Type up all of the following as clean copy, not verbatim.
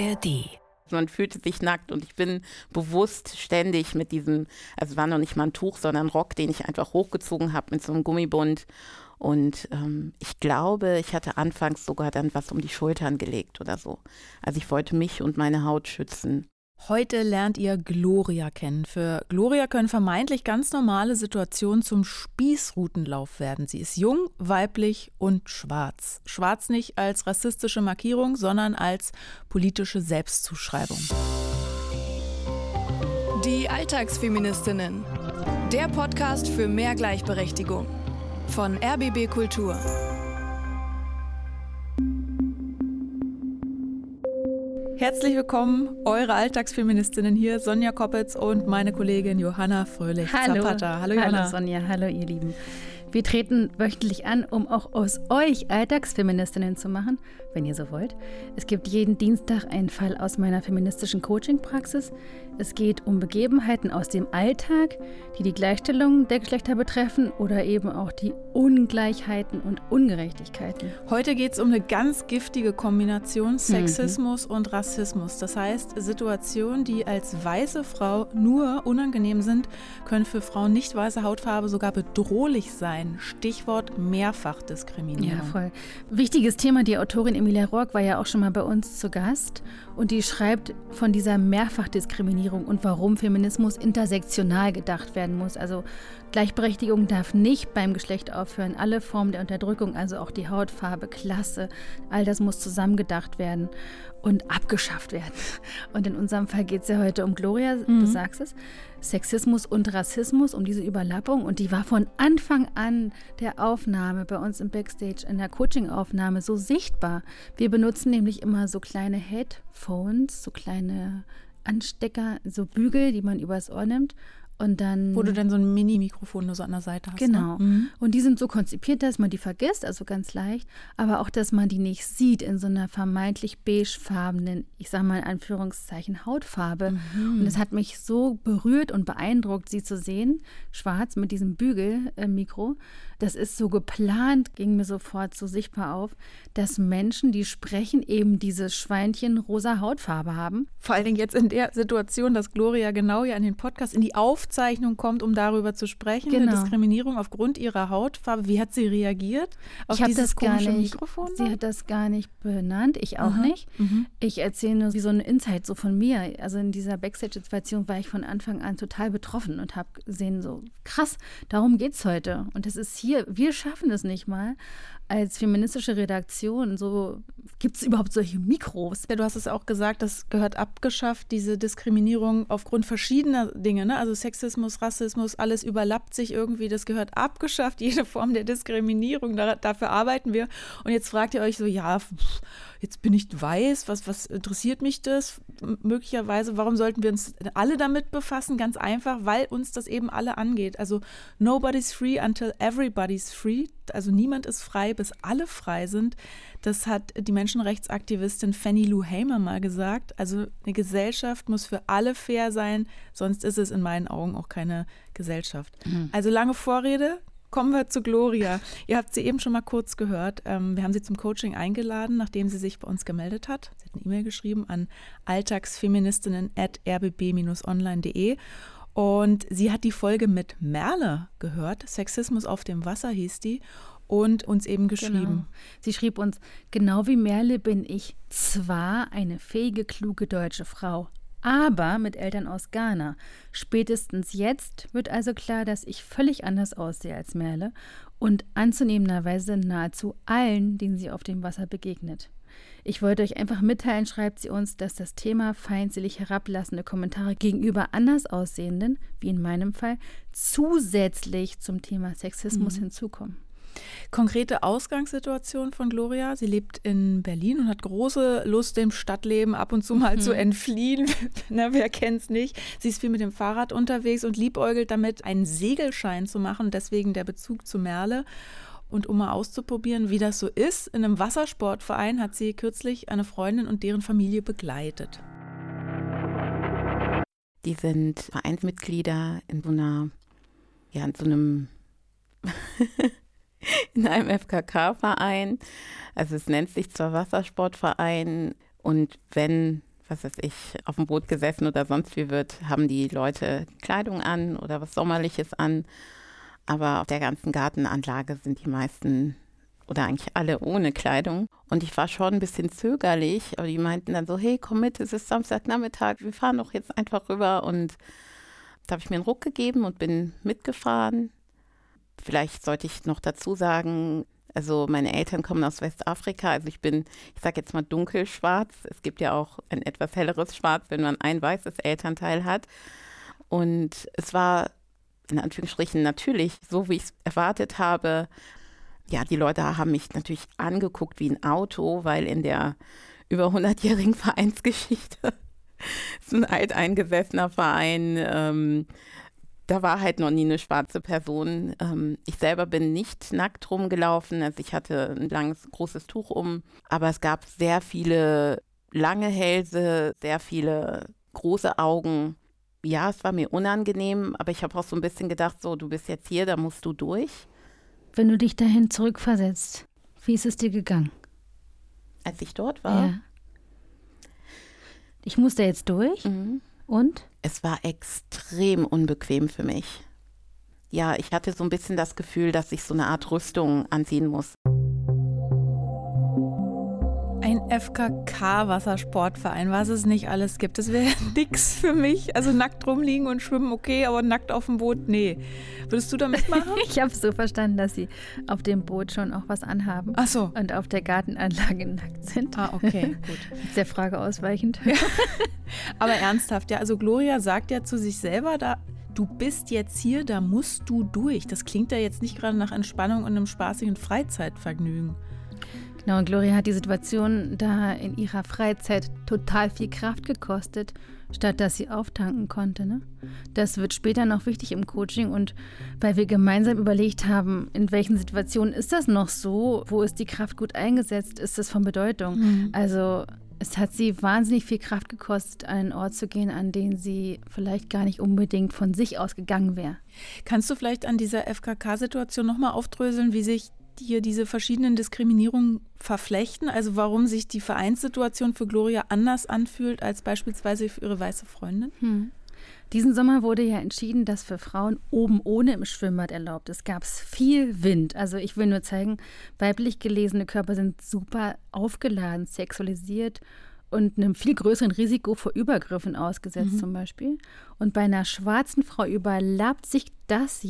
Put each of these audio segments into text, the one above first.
ARD. Man fühlte sich nackt und ich bin bewusst ständig mit diesem, also es war noch nicht mal ein Tuch, sondern ein Rock, den ich einfach hochgezogen habe mit so einem Gummibund. Und ich glaube, ich hatte anfangs sogar dann was um die Schultern gelegt oder so. Also ich wollte mich und meine Haut schützen. Heute lernt ihr Gloria kennen. Für Gloria können vermeintlich ganz normale Situationen zum Spießrutenlauf werden. Sie ist jung, weiblich und schwarz. Schwarz nicht als rassistische Markierung, sondern als politische Selbstzuschreibung. Die Alltagsfeministinnen. Der Podcast für mehr Gleichberechtigung. Von RBB Kultur. Herzlich willkommen, eure Alltagsfeministinnen hier, Sonja Koppitz und meine Kollegin Johanna Fröhlich-Zapata. Hallo Johanna. Hallo Sonja, hallo ihr Lieben. Wir treten wöchentlich an, um auch aus euch Alltagsfeministinnen zu machen, wenn ihr so wollt. Es gibt jeden Dienstag einen Fall aus meiner feministischen Coaching-Praxis. Es geht um Begebenheiten aus dem Alltag, die die Gleichstellung der Geschlechter betreffen oder eben auch die Ungleichheiten und Ungerechtigkeiten. Heute geht es um eine ganz giftige Kombination Sexismus und Rassismus. Das heißt, Situationen, die als weiße Frau nur unangenehm sind, können für Frauen nicht weißer Hautfarbe sogar bedrohlich sein. Stichwort Mehrfachdiskriminierung. Ja, voll. Wichtiges Thema. Die Autorin Emilia Roark war ja auch schon mal bei uns zu Gast und die schreibt von dieser Mehrfachdiskriminierung und warum Feminismus intersektional gedacht werden muss. Also Gleichberechtigung darf nicht beim Geschlecht aufhören. Alle Formen der Unterdrückung, also auch die Hautfarbe, Klasse, all das muss zusammengedacht werden und abgeschafft werden. Und in unserem Fall geht es ja heute um Gloria, du sagst es, Sexismus und Rassismus, um diese Überlappung. Und die war von Anfang an der Aufnahme bei uns im Backstage, in der Coaching-Aufnahme so sichtbar. Wir benutzen nämlich immer so kleine Headphones, so kleine Anstecker, so Bügel, die man übers Ohr nimmt. Und dann, wo du dann so ein Mini-Mikrofon nur so an der Seite hast. Genau. Ne? Und die sind so konzipiert, dass man die vergisst, also ganz leicht, aber auch, dass man die nicht sieht in so einer vermeintlich beigefarbenen, ich sage mal in Anführungszeichen, Hautfarbe. Und es hat mich so berührt und beeindruckt, sie zu sehen, schwarz mit diesem Bügel-Mikro. Das ist so geplant, ging mir sofort so sichtbar auf, dass Menschen, die sprechen, eben diese Schweinchen rosa Hautfarbe haben. Vor allen Dingen jetzt in der Situation, dass Gloria genau ja in den Podcast, in die Aufzeichnung kommt, um darüber zu sprechen, genau. Eine Diskriminierung aufgrund ihrer Hautfarbe. Wie hat sie reagiert auf dieses komische Mikrofon? Sie hat das gar nicht benannt, ich auch nicht. Ich erzähle nur wie so ein Insight so von mir. Also in dieser Backstage-Situation war ich von Anfang an total betroffen und habe gesehen, so krass, darum geht's heute. Und das ist hier, wir schaffen es nicht mal als feministische Redaktion. So, gibt es überhaupt solche Mikros? Ja, du hast es auch gesagt, das gehört abgeschafft, diese Diskriminierung aufgrund verschiedener Dinge, ne? Also Sexismus, Rassismus, alles überlappt sich irgendwie, das gehört abgeschafft, jede Form der Diskriminierung, dafür arbeiten wir. Und jetzt fragt ihr euch so, ja, jetzt bin ich weiß, was interessiert mich das? Möglicherweise, warum sollten wir uns alle damit befassen? Ganz einfach, weil uns das eben alle angeht. Also nobody's free until everybody's free. Also niemand ist frei, bis alle frei sind. Das hat die Menschenrechtsaktivistin Fannie Lou Hamer mal gesagt. Also eine Gesellschaft muss für alle fair sein, sonst ist es in meinen Augen auch keine Gesellschaft. Also lange Vorrede. Kommen wir zu Gloria. Ihr habt sie eben schon mal kurz gehört. Wir haben sie zum Coaching eingeladen, nachdem sie sich bei uns gemeldet hat. Sie hat eine E-Mail geschrieben an alltagsfeministinnen@rbb-online.de und sie hat die Folge mit Merle gehört. Sexismus auf dem Wasser hieß die und uns eben geschrieben. Genau. Sie schrieb uns, genau wie Merle bin ich zwar eine fähige, kluge deutsche Frau, aber mit Eltern aus Ghana. Spätestens jetzt wird also klar, dass ich völlig anders aussehe als Merle und anzunehmenderweise nahezu allen, denen sie auf dem Wasser begegnet. Ich wollte euch einfach mitteilen, schreibt sie uns, dass das Thema feindselig herablassende Kommentare gegenüber anders Aussehenden, wie in meinem Fall, zusätzlich zum Thema Sexismus hinzukommen. Konkrete Ausgangssituation von Gloria. Sie lebt in Berlin und hat große Lust, dem Stadtleben ab und zu mal zu entfliehen. Na, wer kennt's nicht? Sie ist viel mit dem Fahrrad unterwegs und liebäugelt damit, einen Segelschein zu machen. Deswegen der Bezug zu Merle. Und um mal auszuprobieren, wie das so ist, in einem Wassersportverein hat sie kürzlich eine Freundin und deren Familie begleitet. Die sind Vereinsmitglieder in so einem in einem FKK-Verein. Also es nennt sich zwar Wassersportverein und wenn was weiß ich, auf dem Boot gesessen oder sonst wie wird, haben die Leute Kleidung an oder was Sommerliches an. Aber auf der ganzen Gartenanlage sind die meisten oder eigentlich alle ohne Kleidung. Und ich war schon ein bisschen zögerlich, aber die meinten dann so, hey, komm mit, es ist Samstagnachmittag, wir fahren doch jetzt einfach rüber. Und da habe ich mir einen Ruck gegeben und bin mitgefahren. Vielleicht sollte ich noch dazu sagen, also meine Eltern kommen aus Westafrika, also ich sage jetzt mal dunkelschwarz. Es gibt ja auch ein etwas helleres Schwarz, wenn man ein weißes Elternteil hat. Und es war in Anführungsstrichen natürlich, so wie ich es erwartet habe. Ja, die Leute haben mich natürlich angeguckt wie ein Auto, weil in der über 100-jährigen Vereinsgeschichte ist ein alteingesessener Verein, da war halt noch nie eine schwarze Person. Ich selber bin nicht nackt rumgelaufen, also ich hatte ein langes, großes Tuch um, aber es gab sehr viele lange Hälse, sehr viele große Augen. Ja, es war mir unangenehm, aber ich habe auch so ein bisschen gedacht, so, du bist jetzt hier, da musst du durch. Wenn du dich dahin zurückversetzt, wie ist es dir gegangen? Als ich dort war? Ja. Ich musste jetzt durch. Mhm. Und? Es war extrem unbequem für mich. Ja, ich hatte so ein bisschen das Gefühl, dass ich so eine Art Rüstung anziehen muss. Ein FKK-Wassersportverein, was es nicht alles gibt. Das wäre nix für mich. Also nackt rumliegen und schwimmen, okay, aber nackt auf dem Boot, nee. Würdest du da mitmachen? Ich habe so verstanden, dass sie auf dem Boot schon auch was anhaben. Ach so. Und auf der Gartenanlage nackt sind. Ah, okay, gut. Ist der Frage ausweichend. Ja. Aber ernsthaft, ja, also Gloria sagt ja zu sich selber, du bist jetzt hier, da musst du durch. Das klingt ja jetzt nicht gerade nach Entspannung und einem spaßigen Freizeitvergnügen. Genau, und Gloria hat die Situation da in ihrer Freizeit total viel Kraft gekostet, statt dass sie auftanken konnte. Ne? Das wird später noch wichtig im Coaching und weil wir gemeinsam überlegt haben, in welchen Situationen ist das noch so, wo ist die Kraft gut eingesetzt, ist das von Bedeutung. Mhm. Also es hat sie wahnsinnig viel Kraft gekostet, an einen Ort zu gehen, an den sie vielleicht gar nicht unbedingt von sich aus gegangen wäre. Kannst du vielleicht an dieser FKK-Situation nochmal aufdröseln, wie sich hier diese verschiedenen Diskriminierungen verflechten? Also warum sich die Vereinssituation für Gloria anders anfühlt als beispielsweise für ihre weiße Freundin? Diesen Sommer wurde ja entschieden, dass für Frauen oben ohne im Schwimmbad erlaubt ist. Es gab viel Wind. Also ich will nur zeigen, weiblich gelesene Körper sind super aufgeladen, sexualisiert und einem viel größeren Risiko vor Übergriffen ausgesetzt zum Beispiel. Und bei einer schwarzen Frau überlappt sich das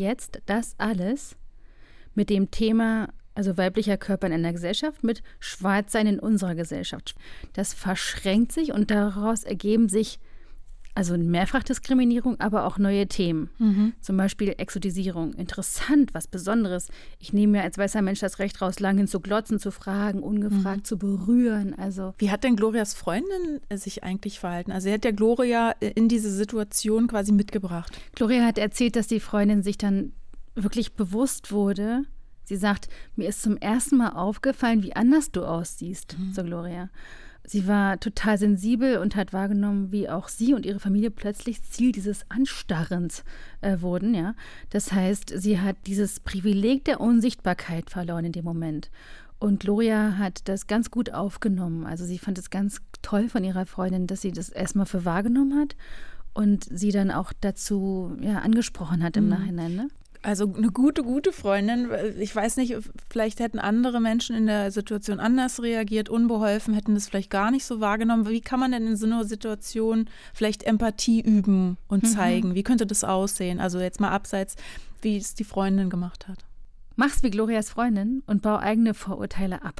alles mit dem Thema, also weiblicher Körper in einer Gesellschaft, mit Schwarzsein in unserer Gesellschaft. Das verschränkt sich und daraus ergeben sich also Mehrfachdiskriminierung, aber auch neue Themen. Zum Beispiel Exotisierung. Interessant, was Besonderes. Ich nehme mir als weißer Mensch das Recht raus, lang hin zu glotzen, zu fragen, ungefragt zu berühren. Also wie hat denn Glorias Freundin sich eigentlich verhalten? Also sie hat ja Gloria in diese Situation quasi mitgebracht. Gloria hat erzählt, dass die Freundin sich dann wirklich bewusst wurde. Sie sagt, mir ist zum ersten Mal aufgefallen, wie anders du aussiehst, so Gloria. Sie war total sensibel und hat wahrgenommen, wie auch sie und ihre Familie plötzlich Ziel dieses Anstarrens wurden. Ja? Das heißt, sie hat dieses Privileg der Unsichtbarkeit verloren in dem Moment. Und Gloria hat das ganz gut aufgenommen. Also sie fand es ganz toll von ihrer Freundin, dass sie das erstmal für wahrgenommen hat und sie dann auch dazu angesprochen hat im Nachhinein, ne? Also eine gute Freundin. Ich weiß nicht, vielleicht hätten andere Menschen in der Situation anders reagiert, unbeholfen, hätten das vielleicht gar nicht so wahrgenommen. Wie kann man denn in so einer Situation vielleicht Empathie üben und zeigen? Wie könnte das aussehen? Also jetzt mal abseits, wie es die Freundin gemacht hat. Mach's wie Glorias Freundin und bau eigene Vorurteile ab.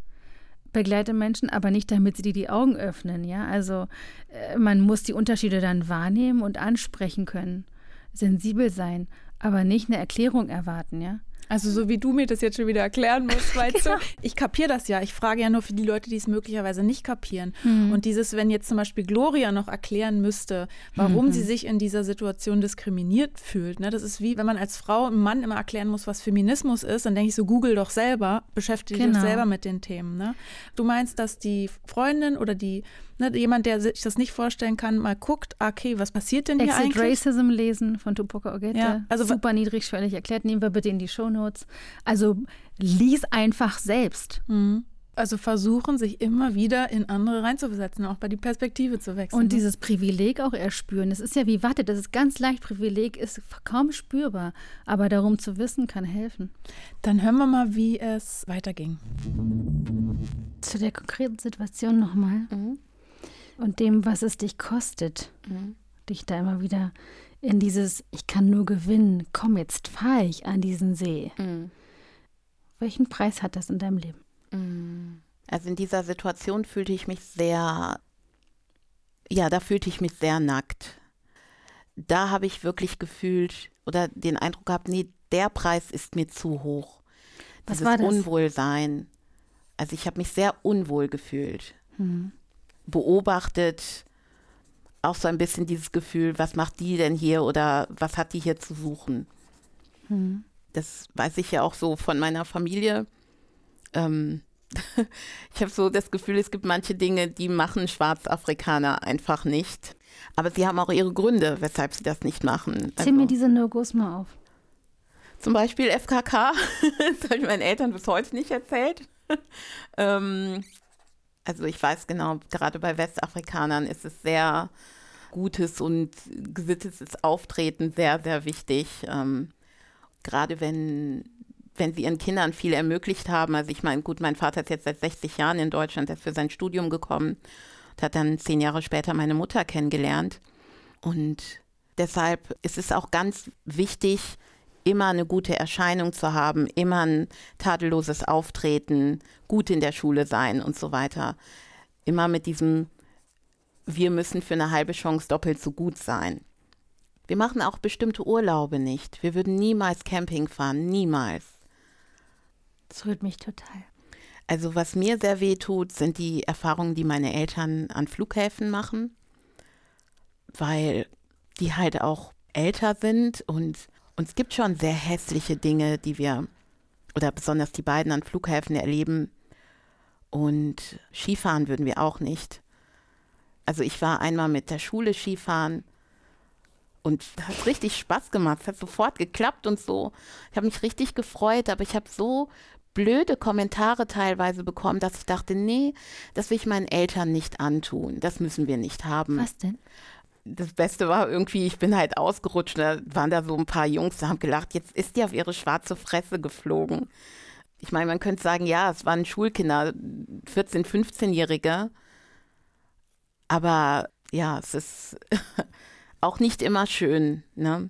Begleite Menschen, aber nicht, damit sie dir die Augen öffnen. Ja? Also man muss die Unterschiede dann wahrnehmen und ansprechen können. Sensibel sein, aber nicht eine Erklärung erwarten, ja? Also so wie du mir das jetzt schon wieder erklären musst, weißt du, ich kapiere das ja. Ich frage ja nur für die Leute, die es möglicherweise nicht kapieren. Und dieses, wenn jetzt zum Beispiel Gloria noch erklären müsste, warum sie sich in dieser Situation diskriminiert fühlt, ne? Das ist wie, wenn man als Frau einem Mann immer erklären muss, was Feminismus ist, dann denke ich so, Google doch selber, beschäftige dich doch selber mit den Themen. Ne? Du meinst, dass die Freundin oder jemand, der sich das nicht vorstellen kann, mal guckt, okay, was passiert denn hier Exit eigentlich? Racism lesen von Tupoka Ogette. Ja, also super niedrigschwellig erklärt. Nehmen wir bitte in die Shownotes. Also lies einfach selbst. Also versuchen, sich immer wieder in andere reinzuversetzen, auch bei die Perspektive zu wechseln. Und dieses Privileg auch erspüren. Das ist ja wie Watte, das ist ganz leicht. Privileg ist kaum spürbar. Aber darum zu wissen, kann helfen. Dann hören wir mal, wie es weiterging. Zu der konkreten Situation nochmal. Und dem, was es dich kostet. Dich da immer wieder in dieses, ich kann nur gewinnen, komm, jetzt fahre ich an diesen See. Welchen Preis hat das in deinem Leben? Also in dieser Situation fühlte ich mich sehr nackt. Da habe ich wirklich gefühlt oder den Eindruck gehabt, nee, der Preis ist mir zu hoch. Was war das? Unwohlsein. Also ich habe mich sehr unwohl gefühlt. Beobachtet, auch so ein bisschen dieses Gefühl, was macht die denn hier oder was hat die hier zu suchen? Das weiß ich ja auch so von meiner Familie. Ich habe so das Gefühl, es gibt manche Dinge, die machen Schwarzafrikaner einfach nicht. Aber sie haben auch ihre Gründe, weshalb sie das nicht machen. Zähl mir diese No-Gos mal auf. Zum Beispiel FKK. Das habe ich meinen Eltern bis heute nicht erzählt. Also ich weiß genau, gerade bei Westafrikanern ist es sehr gutes und gesittetes Auftreten sehr, sehr wichtig. Gerade wenn sie ihren Kindern viel ermöglicht haben. Also ich meine, gut, mein Vater ist jetzt seit 60 Jahren in Deutschland, er ist für sein Studium gekommen und hat dann 10 Jahre später meine Mutter kennengelernt. Und deshalb ist es auch ganz wichtig, immer eine gute Erscheinung zu haben, immer ein tadelloses Auftreten, gut in der Schule sein und so weiter. Immer mit diesem, wir müssen für eine halbe Chance doppelt so gut sein. Wir machen auch bestimmte Urlaube nicht. Wir würden niemals Camping fahren, niemals. Das rührt mich total. Also was mir sehr weh tut, sind die Erfahrungen, die meine Eltern an Flughäfen machen, weil die halt auch älter sind und es gibt schon sehr hässliche Dinge, die wir, oder besonders die beiden an Flughäfen erleben, und Skifahren würden wir auch nicht. Also ich war einmal mit der Schule Skifahren und es hat richtig Spaß gemacht, es hat sofort geklappt und so. Ich habe mich richtig gefreut, aber ich habe so blöde Kommentare teilweise bekommen, dass ich dachte, nee, das will ich meinen Eltern nicht antun, das müssen wir nicht haben. Was denn? Das Beste war irgendwie, ich bin halt ausgerutscht, da waren da so ein paar Jungs, die haben gelacht, jetzt ist die auf ihre schwarze Fresse geflogen. Ich meine, man könnte sagen, ja, es waren Schulkinder, 14-, 15-Jährige, aber ja, es ist auch nicht immer schön, ne?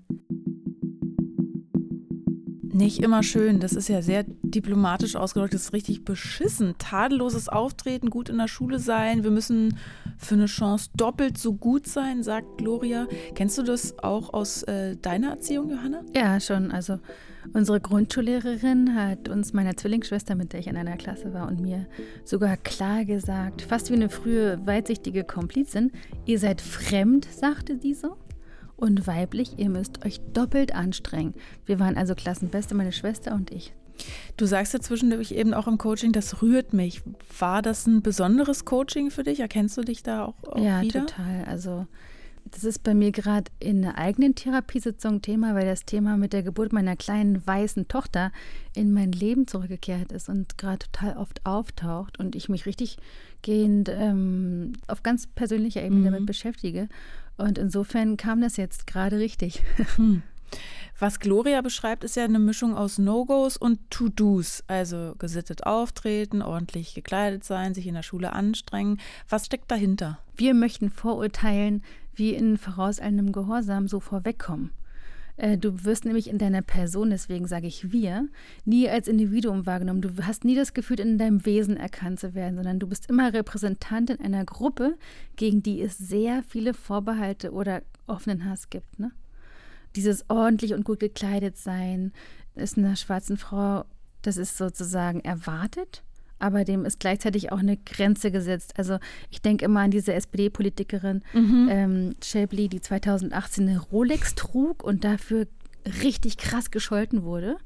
Nicht immer schön, das ist ja sehr diplomatisch ausgedrückt, das ist richtig beschissen. Tadelloses Auftreten, gut in der Schule sein, wir müssen für eine Chance doppelt so gut sein, sagt Gloria. Kennst du das auch aus deiner Erziehung, Johanna? Ja, schon. Also unsere Grundschullehrerin hat uns, meiner Zwillingsschwester, mit der ich in einer Klasse war, und mir sogar klar gesagt, fast wie eine frühe, weitsichtige Komplizin, ihr seid fremd, sagte sie so. Und weiblich, ihr müsst euch doppelt anstrengen. Wir waren also Klassenbeste, meine Schwester und ich. Du sagst ja zwischendurch eben auch im Coaching, das rührt mich. War das ein besonderes Coaching für dich? Erkennst du dich da auch ja, wieder? Ja, total. Also das ist bei mir gerade in einer eigenen Therapiesitzung Thema, weil das Thema mit der Geburt meiner kleinen weißen Tochter in mein Leben zurückgekehrt ist und gerade total oft auftaucht und ich mich richtig gehend auf ganz persönlicher Ebene damit beschäftige. Und insofern kam das jetzt gerade richtig. Was Gloria beschreibt, ist ja eine Mischung aus No-Gos und To-Dos. Also gesittet auftreten, ordentlich gekleidet sein, sich in der Schule anstrengen. Was steckt dahinter? Wir möchten Vorurteilen wie in vorauseilendem Gehorsam so vorwegkommen. Du wirst nämlich in deiner Person, deswegen sage ich wir, nie als Individuum wahrgenommen. Du hast nie das Gefühl, in deinem Wesen erkannt zu werden, sondern du bist immer Repräsentantin einer Gruppe, gegen die es sehr viele Vorbehalte oder offenen Hass gibt. Ne? Dieses ordentlich und gut gekleidet sein ist einer schwarzen Frau, das ist sozusagen erwartet, aber dem ist gleichzeitig auch eine Grenze gesetzt. Also ich denke immer an diese SPD-Politikerin Schäuble, die 2018 eine Rolex trug und dafür richtig krass gescholten wurde.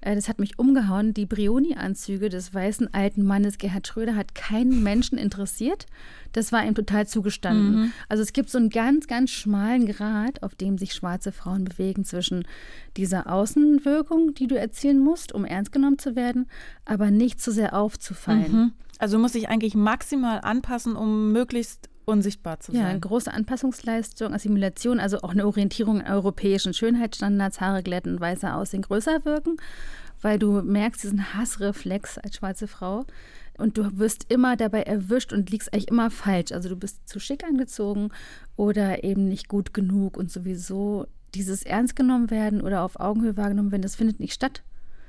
das hat mich umgehauen, die Brioni-Anzüge des weißen alten Mannes Gerhard Schröder hat keinen Menschen interessiert. Das war ihm total zugestanden. Also es gibt so einen ganz, ganz schmalen Grat, auf dem sich schwarze Frauen bewegen zwischen dieser Außenwirkung, die du erzielen musst, um ernst genommen zu werden, aber nicht zu sehr aufzufallen. Also muss ich eigentlich maximal anpassen, um möglichst unsichtbar zu sein. Ja, eine große Anpassungsleistung, Assimilation, also auch eine Orientierung an europäischen Schönheitsstandards, Haare glätten, weißer aussehen, größer wirken, weil du merkst diesen Hassreflex als schwarze Frau und du wirst immer dabei erwischt und liegst eigentlich immer falsch. Also du bist zu schick angezogen oder eben nicht gut genug und sowieso dieses ernst genommen werden oder auf Augenhöhe wahrgenommen werden, das findet nicht statt.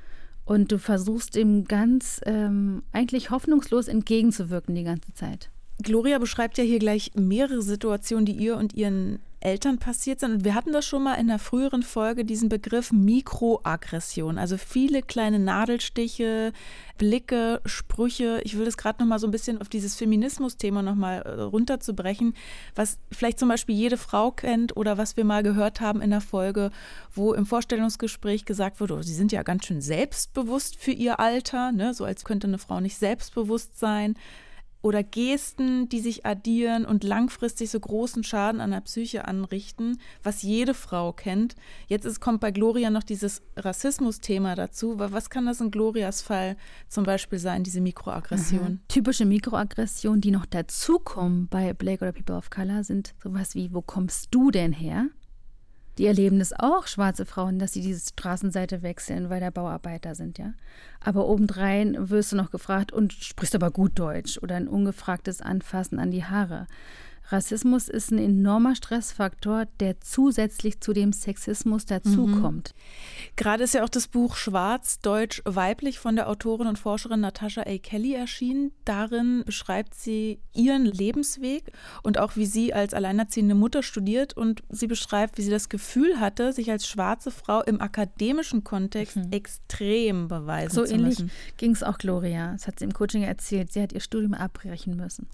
Und du versuchst dem ganz eigentlich hoffnungslos entgegenzuwirken die ganze Zeit. Gloria beschreibt ja hier gleich mehrere Situationen, die ihr und ihren Eltern passiert sind. Und wir hatten das schon mal in einer früheren Folge, diesen Begriff Mikroaggression. Also viele kleine Nadelstiche, Blicke, Sprüche. Ich will das gerade noch mal so ein bisschen auf dieses Feminismus-Thema noch mal runterzubrechen, was vielleicht zum Beispiel jede Frau kennt oder was wir mal gehört haben in der Folge, wo im Vorstellungsgespräch gesagt wurde, oh, sie sind ja ganz schön selbstbewusst für ihr Alter, ne? So als könnte eine Frau nicht selbstbewusst sein. Oder Gesten, die sich addieren und langfristig so großen Schaden an der Psyche anrichten, was jede Frau kennt. Jetzt kommt bei Gloria noch dieses Rassismus-Thema dazu. Was kann das in Glorias Fall zum Beispiel sein, diese Mikroaggression? Typische Mikroaggressionen, die noch dazukommen bei Black oder People of Color, sind sowas wie, wo kommst du denn her? Die erleben das auch, schwarze Frauen, dass sie diese Straßenseite wechseln, weil da Bauarbeiter sind, ja. Aber obendrein wirst du noch gefragt und sprichst aber gut Deutsch oder ein ungefragtes Anfassen an die Haare. Rassismus ist ein enormer Stressfaktor, der zusätzlich zu dem Sexismus dazukommt. Gerade ist ja auch das Buch Schwarz, Deutsch, Weiblich von der Autorin und Forscherin Natasha A. Kelly erschienen. Darin beschreibt sie ihren Lebensweg und auch, wie sie als alleinerziehende Mutter studiert. Und sie beschreibt, wie sie das Gefühl hatte, sich als schwarze Frau im akademischen Kontext extrem beweisen zu müssen. So ähnlich ging es auch Gloria. Das hat sie im Coaching erzählt. Sie hat ihr Studium abbrechen müssen.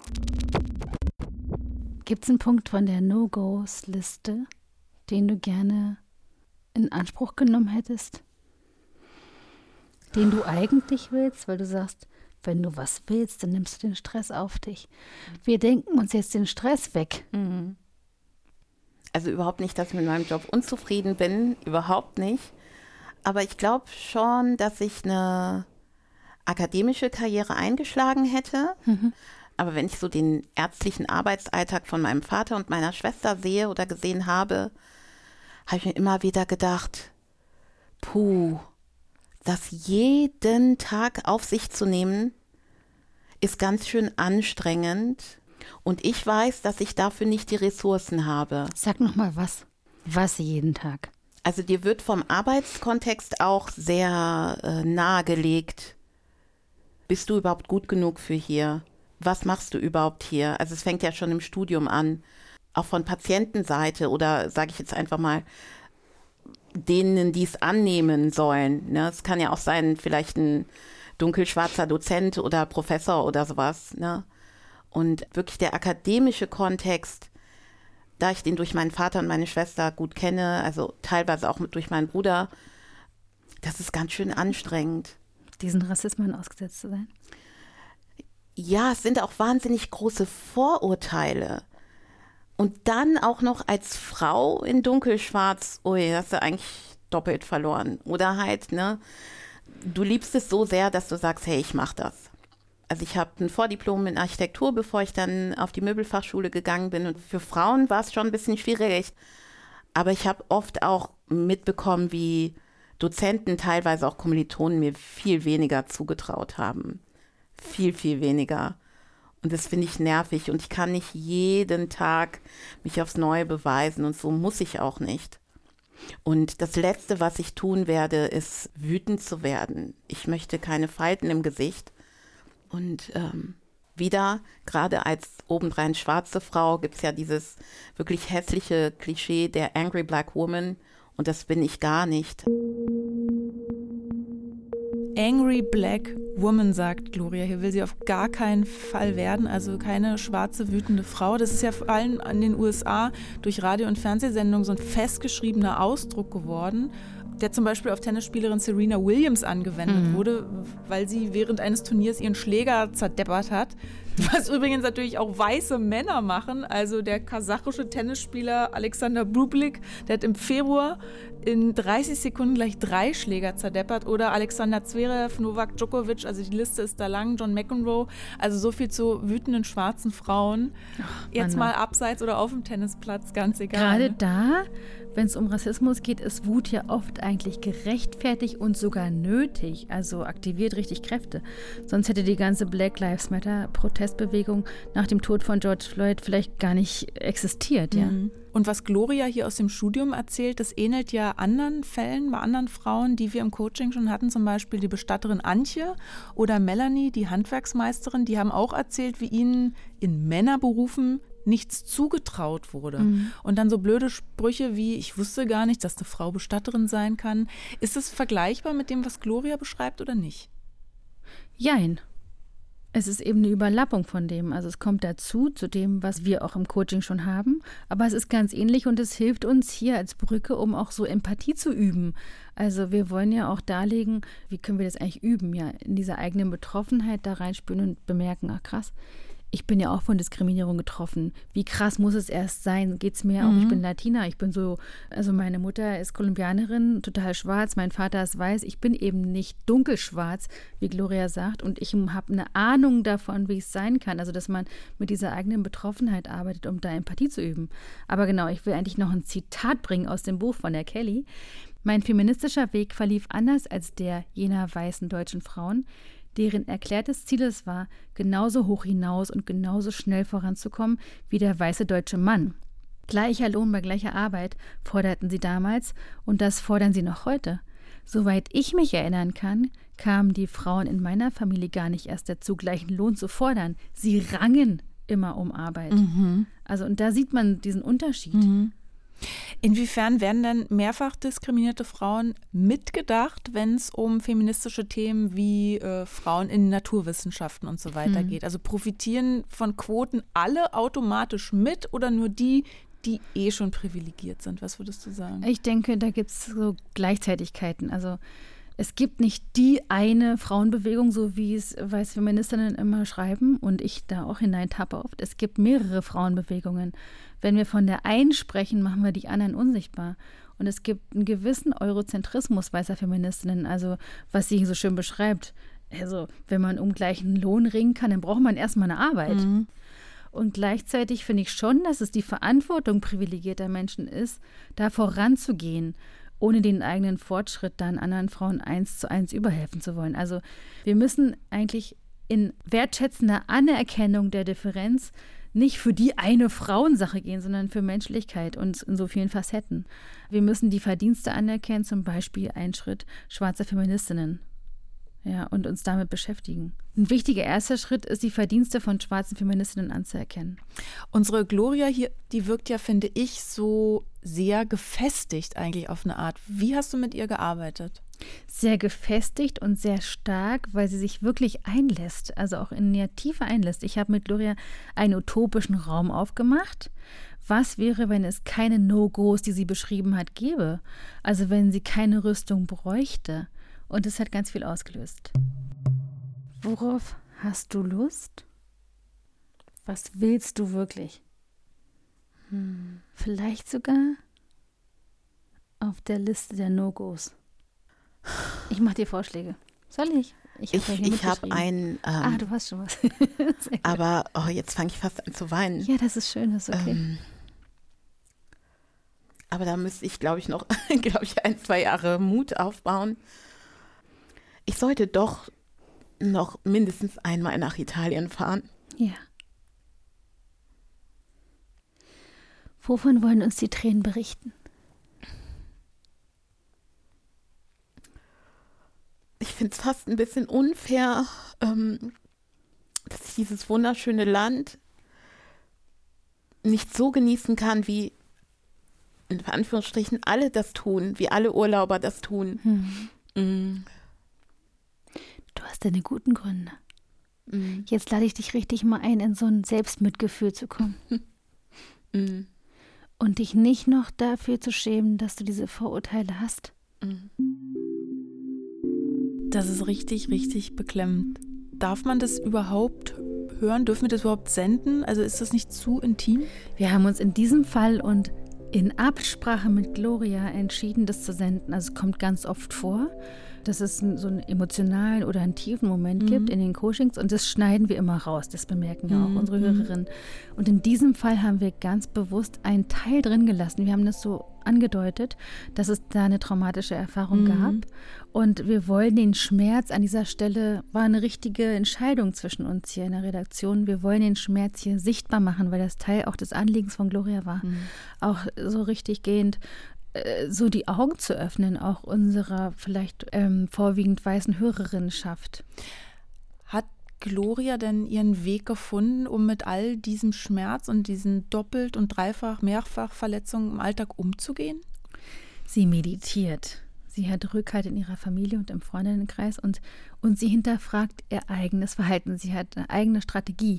Gibt es einen Punkt von der No-Gos-Liste, den du gerne in Anspruch genommen hättest? Den du eigentlich willst, weil du sagst, wenn du was willst, dann nimmst du den Stress auf dich. Wir denken uns jetzt den Stress weg. Also überhaupt nicht, dass ich mit meinem Job unzufrieden bin, überhaupt nicht. Aber ich glaube schon, dass ich eine akademische Karriere eingeschlagen hätte. Aber wenn ich so den ärztlichen Arbeitsalltag von meinem Vater und meiner Schwester sehe oder gesehen habe, habe ich mir immer wieder gedacht, das jeden Tag auf sich zu nehmen, ist ganz schön anstrengend. Und ich weiß, dass ich dafür nicht die Ressourcen habe. Sag noch mal was. Was jeden Tag? Also dir wird vom Arbeitskontext auch sehr nahegelegt. Bist du überhaupt gut genug für hier? Was machst du überhaupt hier? Also es fängt ja schon im Studium an, auch von Patientenseite oder sage ich jetzt einfach mal, denen, die es annehmen sollen. Ne? Es kann ja auch sein, vielleicht ein dunkelschwarzer Dozent oder Professor oder sowas. Ne? Und wirklich der akademische Kontext, da ich den durch meinen Vater und meine Schwester gut kenne, also teilweise auch durch meinen Bruder, das ist ganz schön anstrengend. Diesen Rassismen ausgesetzt zu sein? Ja, es sind auch wahnsinnig große Vorurteile. Und dann auch noch als Frau in dunkelschwarz, hast du eigentlich doppelt verloren. Oder halt, ne, du liebst es so sehr, dass du sagst, hey, ich mach das. Also ich habe ein Vordiplom in Architektur, bevor ich dann auf die Möbelfachschule gegangen bin. Und für Frauen war es schon ein bisschen schwierig. Aber ich habe oft auch mitbekommen, wie Dozenten, teilweise auch Kommilitonen, mir viel weniger zugetraut haben. Viel, viel weniger. Und das finde ich nervig. Und ich kann nicht jeden Tag mich aufs Neue beweisen. Und so muss ich auch nicht. Und das Letzte, was ich tun werde, ist wütend zu werden. Ich möchte keine Falten im Gesicht. Und wieder, gerade als obendrein schwarze Frau, gibt es ja dieses wirklich hässliche Klischee der Angry Black Woman. Und das bin ich gar nicht. Angry Black Woman, sagt Gloria. Hier will sie auf gar keinen Fall werden, also keine schwarze, wütende Frau. Das ist ja vor allem in den USA durch Radio- und Fernsehsendungen so ein festgeschriebener Ausdruck geworden. der zum Beispiel auf Tennisspielerin Serena Williams angewendet wurde, weil sie während eines Turniers ihren Schläger zerdeppert hat. Was übrigens natürlich auch weiße Männer machen. Also der kasachische Tennisspieler Alexander Bublik, der hat im Februar in 30 Sekunden gleich 3 Schläger zerdeppert. Oder Alexander Zverev, Novak Djokovic, also die Liste ist da lang, John McEnroe. Also so viel zu wütenden schwarzen Frauen. Jetzt mal abseits oder auf dem Tennisplatz, ganz egal. Gerade da, wenn es um Rassismus geht, ist Wut ja oft eigentlich gerechtfertigt und sogar nötig. Also aktiviert richtig Kräfte. Sonst hätte die ganze Black Lives Matter Protestbewegung nach dem Tod von George Floyd vielleicht gar nicht existiert. Ja. Und was Gloria hier aus dem Studium erzählt, das ähnelt ja anderen Fällen bei anderen Frauen, die wir im Coaching schon hatten, zum Beispiel die Bestatterin Antje oder Melanie, die Handwerksmeisterin, die haben auch erzählt, wie ihnen in Männerberufen nichts zugetraut wurde. Und dann so blöde Sprüche wie, ich wusste gar nicht, dass eine Frau Bestatterin sein kann. Ist es vergleichbar mit dem, was Gloria beschreibt oder nicht? Jein. Es ist eben eine Überlappung von dem. Also es kommt dazu, zu dem, was wir auch im Coaching schon haben. Aber es ist ganz ähnlich und es hilft uns hier als Brücke, um auch so Empathie zu üben. Also wir wollen ja auch darlegen, wie können wir das eigentlich üben? Ja, in dieser eigenen Betroffenheit da reinspüren und bemerken, ach krass, ich bin ja auch von Diskriminierung getroffen. Wie krass muss es erst sein? Geht es mir auch? Ich bin Latina, ich bin so, also meine Mutter ist Kolumbianerin, total schwarz, mein Vater ist weiß. Ich bin eben nicht dunkelschwarz, wie Gloria sagt. Und ich habe eine Ahnung davon, wie es sein kann. Also, dass man mit dieser eigenen Betroffenheit arbeitet, um da Empathie zu üben. Aber genau, ich will eigentlich noch ein Zitat bringen aus dem Buch von der Kelly. Mein feministischer Weg verlief anders als der jener weißen deutschen Frauen, deren erklärtes Ziel es war, genauso hoch hinaus und genauso schnell voranzukommen wie der weiße deutsche Mann. Gleicher Lohn bei gleicher Arbeit forderten sie damals und das fordern sie noch heute. Soweit ich mich erinnern kann, kamen die Frauen in meiner Familie gar nicht erst dazu, gleichen Lohn zu fordern. Sie rangen immer um Arbeit. Also und da sieht man diesen Unterschied. Inwiefern werden denn mehrfach diskriminierte Frauen mitgedacht, wenn es um feministische Themen wie Frauen in Naturwissenschaften und so weiter geht? Also profitieren von Quoten alle automatisch mit oder nur die, die eh schon privilegiert sind? Was würdest du sagen? Ich denke, da gibt es so Gleichzeitigkeiten. Also es gibt nicht die eine Frauenbewegung, so wie es weiße Feministinnen immer schreiben und ich da auch hineintappe oft. Es gibt mehrere Frauenbewegungen. Wenn wir von der einen sprechen, machen wir die anderen unsichtbar. Und es gibt einen gewissen Eurozentrismus weißer Feministinnen, also was sie so schön beschreibt. Also wenn man um gleichen Lohn ringen kann, dann braucht man erstmal eine Arbeit. Und gleichzeitig finde ich schon, dass es die Verantwortung privilegierter Menschen ist, da voranzugehen, ohne den eigenen Fortschritt dann anderen Frauen 1:1 überhelfen zu wollen. Also wir müssen eigentlich in wertschätzender Anerkennung der Differenz nicht für die eine Frauensache gehen, sondern für Menschlichkeit und in so vielen Facetten. Wir müssen die Verdienste anerkennen, zum Beispiel ein Schritt schwarzer Feministinnen. Ja, und uns damit beschäftigen. Ein wichtiger erster Schritt ist, die Verdienste von schwarzen Feministinnen anzuerkennen. Unsere Gloria hier, die wirkt ja, finde ich, so sehr gefestigt eigentlich auf eine Art. Wie hast du mit ihr gearbeitet? Sehr gefestigt und sehr stark, weil sie sich wirklich einlässt, also auch in der Tiefe einlässt. Ich habe mit Gloria einen utopischen Raum aufgemacht. Was wäre, wenn es keine No-Gos, die sie beschrieben hat, gäbe? Also wenn sie keine Rüstung bräuchte. Und es hat ganz viel ausgelöst. Worauf hast du Lust? Was willst du wirklich? Vielleicht sogar auf der Liste der No-Gos. Ich mache dir Vorschläge. Soll ich? Ich habe einen. Du hast schon was. Aber jetzt fange ich fast an zu weinen. Ja, das ist schön, das ist okay. Aber da müsste ich, glaube ich, noch 1-2 Jahre Mut aufbauen. Ich sollte doch noch mindestens einmal nach Italien fahren. Ja. Wovon wollen uns die Tränen berichten? Ich finde es fast ein bisschen unfair, dass ich dieses wunderschöne Land nicht so genießen kann, wie in Anführungsstrichen alle das tun, wie alle Urlauber das tun. Du hast deine guten Gründe. Jetzt lade ich dich richtig mal ein, in so ein Selbstmitgefühl zu kommen. Und dich nicht noch dafür zu schämen, dass du diese Vorurteile hast. Das ist richtig, richtig beklemmend. Darf man das überhaupt hören? Dürfen wir das überhaupt senden? Also ist das nicht zu intim? Wir haben uns in diesem Fall und in Absprache mit Gloria entschieden, das zu senden. Also es kommt ganz oft vor, dass es so einen emotionalen oder einen tiefen Moment gibt in den Coachings und das schneiden wir immer raus. Das bemerken ja auch unsere Hörerinnen. Und in diesem Fall haben wir ganz bewusst einen Teil drin gelassen. Wir haben das so angedeutet, dass es da eine traumatische Erfahrung gab. Und wir wollen den Schmerz an dieser Stelle, war eine richtige Entscheidung zwischen uns hier in der Redaktion. Wir wollen den Schmerz hier sichtbar machen, weil das Teil auch des Anliegens von Gloria war. Auch so richtig gehend, so die Augen zu öffnen, auch unserer vielleicht vorwiegend weißen Hörerinnenschaft. Hat Gloria denn ihren Weg gefunden, um mit all diesem Schmerz und diesen doppelt und dreifach, mehrfach Verletzungen im Alltag umzugehen? Sie meditiert. Sie hat Rückhalt in ihrer Familie und im Freundinnenkreis und sie hinterfragt ihr eigenes Verhalten. Sie hat eine eigene Strategie.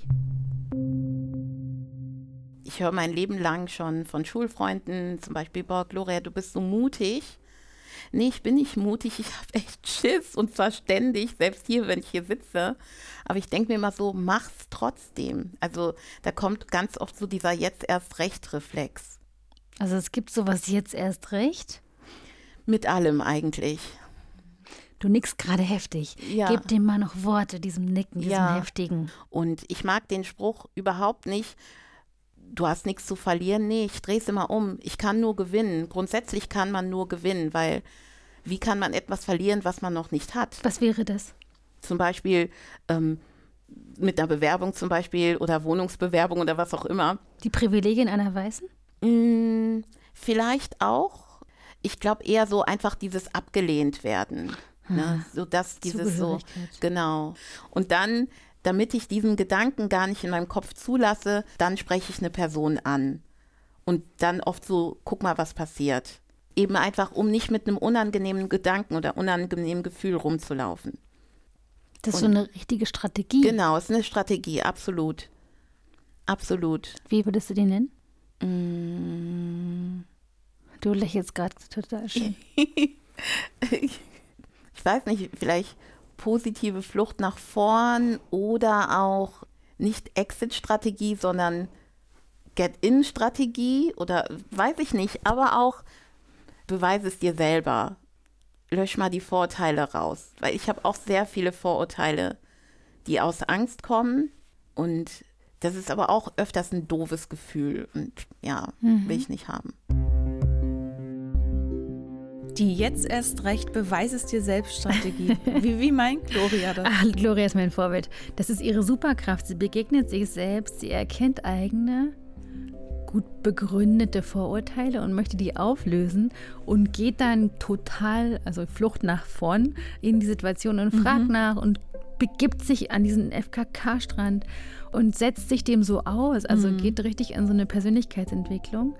Ich höre mein Leben lang schon von Schulfreunden zum Beispiel, boah, Gloria, du bist so mutig. Nee, ich bin nicht mutig, ich habe echt Schiss und zwar ständig, selbst hier, wenn ich hier sitze. Aber ich denke mir immer so, mach's trotzdem. Also da kommt ganz oft so dieser Jetzt-erst-recht-Reflex. Also es gibt sowas jetzt erst recht? Mit allem eigentlich. Du nickst gerade heftig. Ja. Gib dem mal noch Worte, diesem Nicken, diesem heftigen. Und ich mag den Spruch überhaupt nicht, du hast nichts zu verlieren. Nee, ich drehe es immer um. Ich kann nur gewinnen. Grundsätzlich kann man nur gewinnen, weil wie kann man etwas verlieren, was man noch nicht hat? Was wäre das? Zum Beispiel mit einer Bewerbung zum Beispiel oder Wohnungsbewerbung oder was auch immer. Die Privilegien einer Weißen? Vielleicht auch. Ich glaube eher so einfach dieses abgelehnt werden. Ne? So dass dieses so, genau. Und dann, damit ich diesen Gedanken gar nicht in meinem Kopf zulasse, dann spreche ich eine Person an. Und dann oft so, guck mal, was passiert. Eben einfach, um nicht mit einem unangenehmen Gedanken oder unangenehmen Gefühl rumzulaufen. Das ist so eine richtige Strategie. Genau, es ist eine Strategie, absolut. Absolut. Wie würdest du die nennen? Du lächelst gerade total schön. Ich weiß nicht, vielleicht positive Flucht nach vorn oder auch nicht Exit-Strategie, sondern Get-in-Strategie oder weiß ich nicht, aber auch beweise es dir selber. Lösch mal die Vorurteile raus, weil ich habe auch sehr viele Vorurteile, die aus Angst kommen und das ist aber auch öfters ein doofes Gefühl und ja, will ich nicht haben. Die jetzt erst recht beweis es dir selbst Strategie. Wie meint Gloria das? Ach, Gloria ist mein Vorbild. Das ist ihre Superkraft. Sie begegnet sich selbst, sie erkennt eigene, gut begründete Vorurteile und möchte die auflösen und geht dann total, also Flucht nach vorn in die Situation und fragt nach und begibt sich an diesen FKK-Strand und setzt sich dem so aus. Also geht richtig in so eine Persönlichkeitsentwicklung.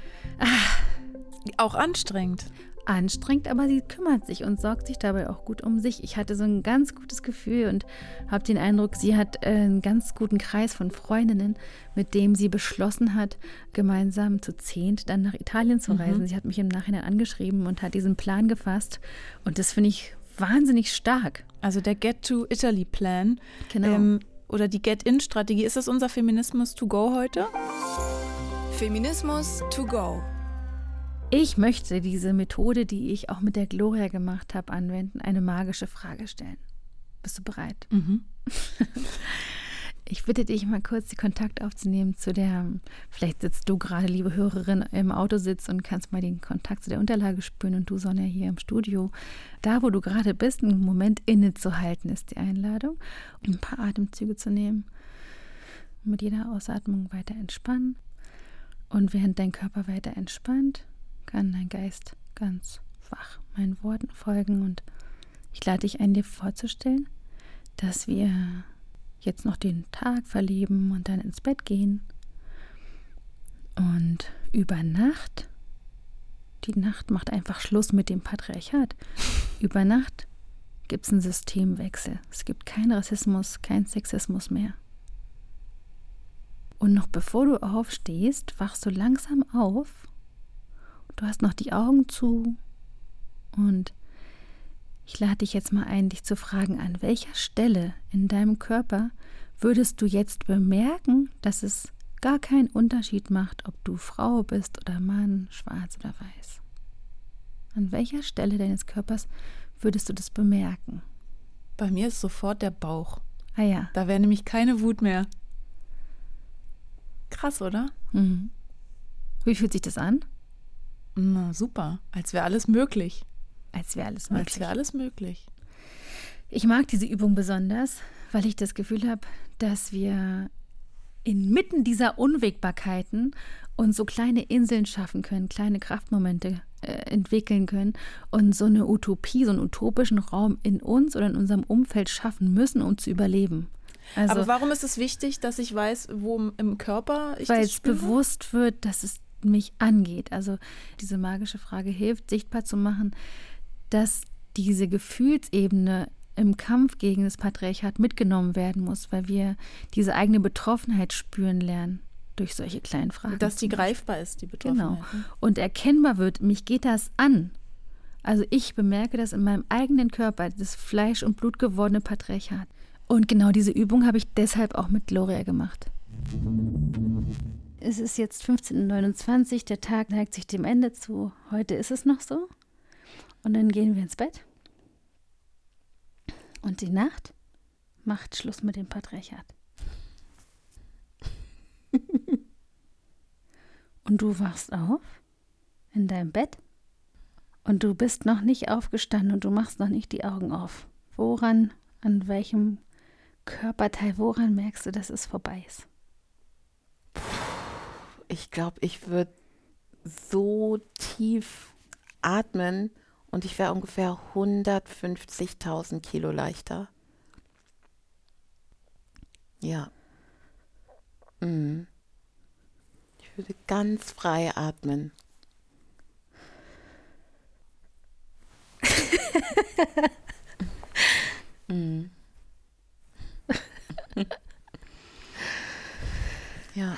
Auch anstrengend. Anstrengend, aber sie kümmert sich und sorgt sich dabei auch gut um sich. Ich hatte so ein ganz gutes Gefühl und habe den Eindruck, sie hat einen ganz guten Kreis von Freundinnen, mit dem sie beschlossen hat, gemeinsam zu 10 dann nach Italien zu reisen. Sie hat mich im Nachhinein angeschrieben und hat diesen Plan gefasst und das finde ich wahnsinnig stark. Also der Get-to-Italy-Plan. Genau. Oder die Get-in-Strategie. Ist das unser Feminismus to go heute? Feminismus to go. Ich möchte diese Methode, die ich auch mit der Gloria gemacht habe, anwenden, eine magische Frage stellen. Bist du bereit? Ich bitte dich mal kurz, die Kontakt aufzunehmen zu der, vielleicht sitzt du gerade, liebe Hörerin, im Autositz und kannst mal den Kontakt zu der Unterlage spüren und du, Sonja, hier im Studio. Da, wo du gerade bist, einen Moment innezuhalten, ist die Einladung, um ein paar Atemzüge zu nehmen. Mit jeder Ausatmung weiter entspannen. Und während dein Körper weiter entspannt, kann dein Geist ganz wach meinen Worten folgen. Und ich lade dich ein, dir vorzustellen, dass wir jetzt noch den Tag verleben und dann ins Bett gehen. Und über Nacht, die Nacht macht einfach Schluss mit dem Patriarchat. Über Nacht gibt es einen Systemwechsel. Es gibt keinen Rassismus, keinen Sexismus mehr. Und noch bevor du aufstehst, wachst du langsam auf. Du hast noch die Augen zu Und ich lade dich jetzt mal ein, dich zu fragen, an welcher Stelle in deinem Körper würdest du jetzt bemerken, dass es gar keinen Unterschied macht, ob du Frau bist oder Mann, schwarz oder weiß? An welcher Stelle deines Körpers würdest du das bemerken? Bei mir ist sofort der Bauch. Ah ja. Da wäre nämlich keine Wut mehr. Krass, oder? Mhm. Wie fühlt sich das an? Na, super. Als wäre alles möglich. Als wäre alles möglich. Als wäre alles möglich. Ich mag diese Übung besonders, weil ich das Gefühl habe, dass wir inmitten dieser Unwägbarkeiten uns so kleine Inseln schaffen können, kleine Kraftmomente entwickeln können und so eine Utopie, so einen utopischen Raum in uns oder in unserem Umfeld schaffen müssen, um zu überleben. Also, aber warum ist es wichtig, dass ich weiß, wo im Körper ich weil das es spüre? bewusst wird, dass es mich angeht. Also diese magische Frage hilft, sichtbar zu machen, dass diese Gefühlsebene im Kampf gegen das Patriarchat mitgenommen werden muss, weil wir diese eigene Betroffenheit spüren lernen durch solche kleinen Fragen. Dass die greifbar ist, die Betroffenheit. Genau. Und erkennbar wird, mich geht das an. Also ich bemerke das in meinem eigenen Körper, das Fleisch und Blut gewordene Patriarchat. Und genau diese Übung habe ich deshalb auch mit Gloria gemacht. Es ist jetzt 15:29 Uhr, der Tag neigt sich dem Ende zu. Heute ist es noch so. Und dann gehen wir ins Bett. Und die Nacht macht Schluss mit dem Patriarchat. Und du wachst auf in deinem Bett und du bist noch nicht aufgestanden und du machst noch nicht die Augen auf. Woran, an welchem Körperteil, woran merkst du, dass es vorbei ist? Ich glaube, ich würde so tief atmen und ich wäre ungefähr 150.000 Kilo leichter. Ja. Ich würde ganz frei atmen. Ja.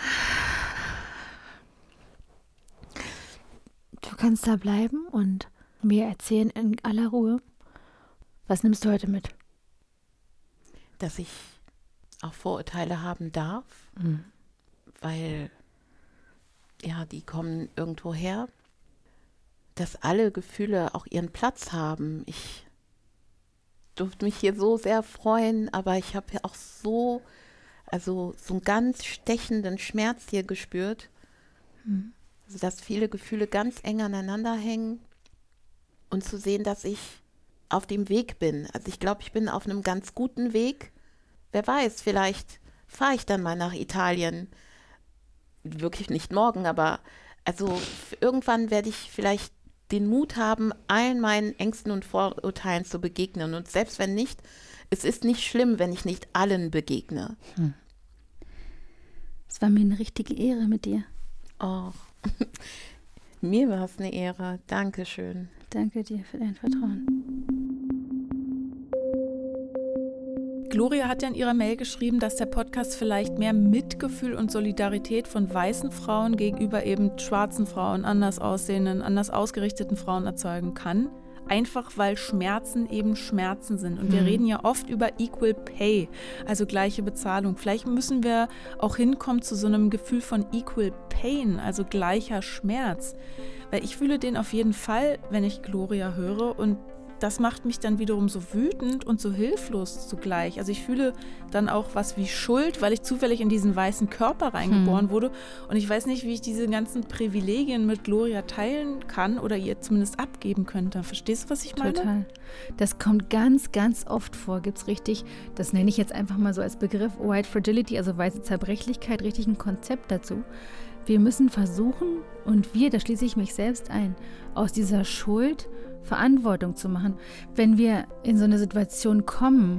Du kannst da bleiben und mir erzählen in aller Ruhe. Was nimmst du heute mit? Dass ich auch Vorurteile haben darf, weil ja, die kommen irgendwo her, dass alle Gefühle auch ihren Platz haben. Ich durfte mich hier so sehr freuen, aber ich habe ja auch so einen ganz stechenden Schmerz hier gespürt. Also, dass viele Gefühle ganz eng aneinander hängen und zu sehen, dass ich auf dem Weg bin. Also ich glaube, ich bin auf einem ganz guten Weg. Wer weiß, vielleicht fahre ich dann mal nach Italien. Wirklich nicht morgen, aber also irgendwann werde ich vielleicht den Mut haben, allen meinen Ängsten und Vorurteilen zu begegnen. Und selbst wenn nicht, es ist nicht schlimm, wenn ich nicht allen begegne. Es war mir eine richtige Ehre mit dir. Oh, mir war es eine Ehre. Dankeschön. Danke dir für dein Vertrauen. Gloria hat ja in ihrer Mail geschrieben, dass der Podcast vielleicht mehr Mitgefühl und Solidarität von weißen Frauen gegenüber eben schwarzen Frauen, anders aussehenden, anders ausgerichteten Frauen erzeugen kann. Einfach weil Schmerzen eben Schmerzen sind. Und wir reden ja oft über Equal Pay, also gleiche Bezahlung. Vielleicht müssen wir auch hinkommen zu so einem Gefühl von Equal Pain, also gleicher Schmerz. Weil ich fühle den auf jeden Fall, wenn ich Gloria höre, und das macht mich dann wiederum so wütend und so hilflos zugleich. Also ich fühle dann auch was wie Schuld, weil ich zufällig in diesen weißen Körper reingeboren wurde. Und ich weiß nicht, wie ich diese ganzen Privilegien mit Gloria teilen kann oder ihr zumindest abgeben könnte. Verstehst du, was ich meine? Total. Das kommt ganz, ganz oft vor. Gibt es richtig, das nenne ich jetzt einfach mal so als Begriff White Fragility, also weiße Zerbrechlichkeit, richtig ein Konzept dazu. Wir müssen versuchen, und da schließe ich mich selbst ein, aus dieser Schuld Verantwortung zu machen. Wenn wir in so eine Situation kommen,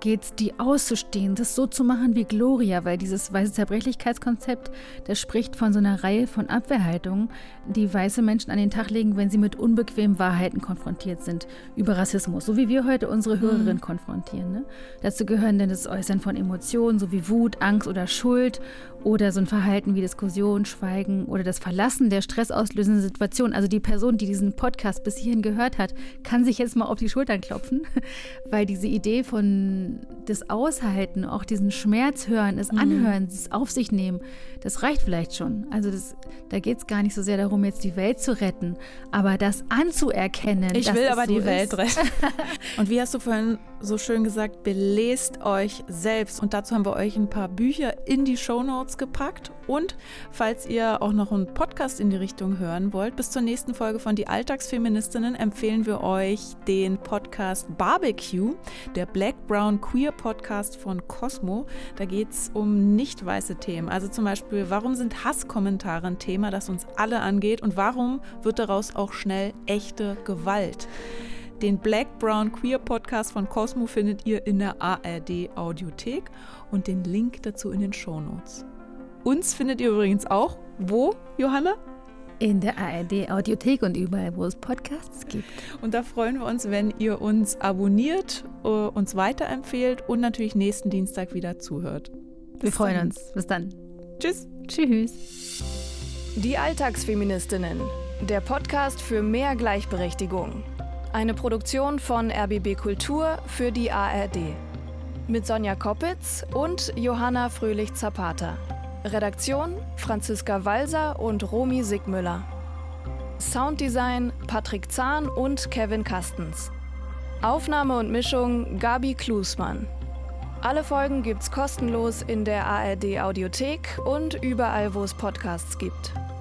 geht es, die auszustehen, das so zu machen wie Gloria, weil dieses weiße Zerbrechlichkeitskonzept, das spricht von so einer Reihe von Abwehrhaltungen, die weiße Menschen an den Tag legen, wenn sie mit unbequemen Wahrheiten konfrontiert sind über Rassismus, so wie wir heute unsere Hörerinnen konfrontieren. Ne? Dazu gehören dann das Äußern von Emotionen, so wie Wut, Angst oder Schuld oder so ein Verhalten wie Diskussion, Schweigen oder das Verlassen der stressauslösenden Situation. Also die Person, die diesen Podcast bis hierhin gehört hat, kann sich jetzt mal auf die Schultern klopfen, weil diese Idee von das Aushalten, auch diesen Schmerz hören, das Anhören, das auf sich nehmen, das reicht vielleicht schon. Also da geht es gar nicht so sehr darum, jetzt die Welt zu retten, aber das anzuerkennen. Ich will aber die Welt retten. Und wie hast du vorhin so schön gesagt, belest euch selbst. Und dazu haben wir euch ein paar Bücher in die Shownotes gepackt. Und falls ihr auch noch einen Podcast in die Richtung hören wollt, bis zur nächsten Folge von Die Alltagsfeministinnen empfehlen wir euch den Podcast Barbecue, der Black Brown Queer Podcast von Cosmo. Da geht es um nicht weiße Themen. Also zum Beispiel, warum sind Hasskommentare ein Thema, das uns alle angeht und warum wird daraus auch schnell echte Gewalt? Den Black Brown Queer Podcast von Cosmo findet ihr in der ARD Audiothek und den Link dazu in den Shownotes. Uns findet ihr übrigens auch, wo, Johanna? In der ARD Audiothek und überall, wo es Podcasts gibt. Und da freuen wir uns, wenn ihr uns abonniert, uns weiterempfehlt und natürlich nächsten Dienstag wieder zuhört. Wir freuen uns. Bis dann. Tschüss. Tschüss. Die Alltagsfeministinnen, der Podcast für mehr Gleichberechtigung. Eine Produktion von RBB Kultur für die ARD. Mit Sonja Koppitz und Johanna Fröhlich-Zapata. Redaktion Franziska Walser und Romy Sigmüller. Sounddesign Patrick Zahn und Kevin Kastens. Aufnahme und Mischung Gabi Klusmann. Alle Folgen gibt's kostenlos in der ARD Audiothek und überall, wo es Podcasts gibt.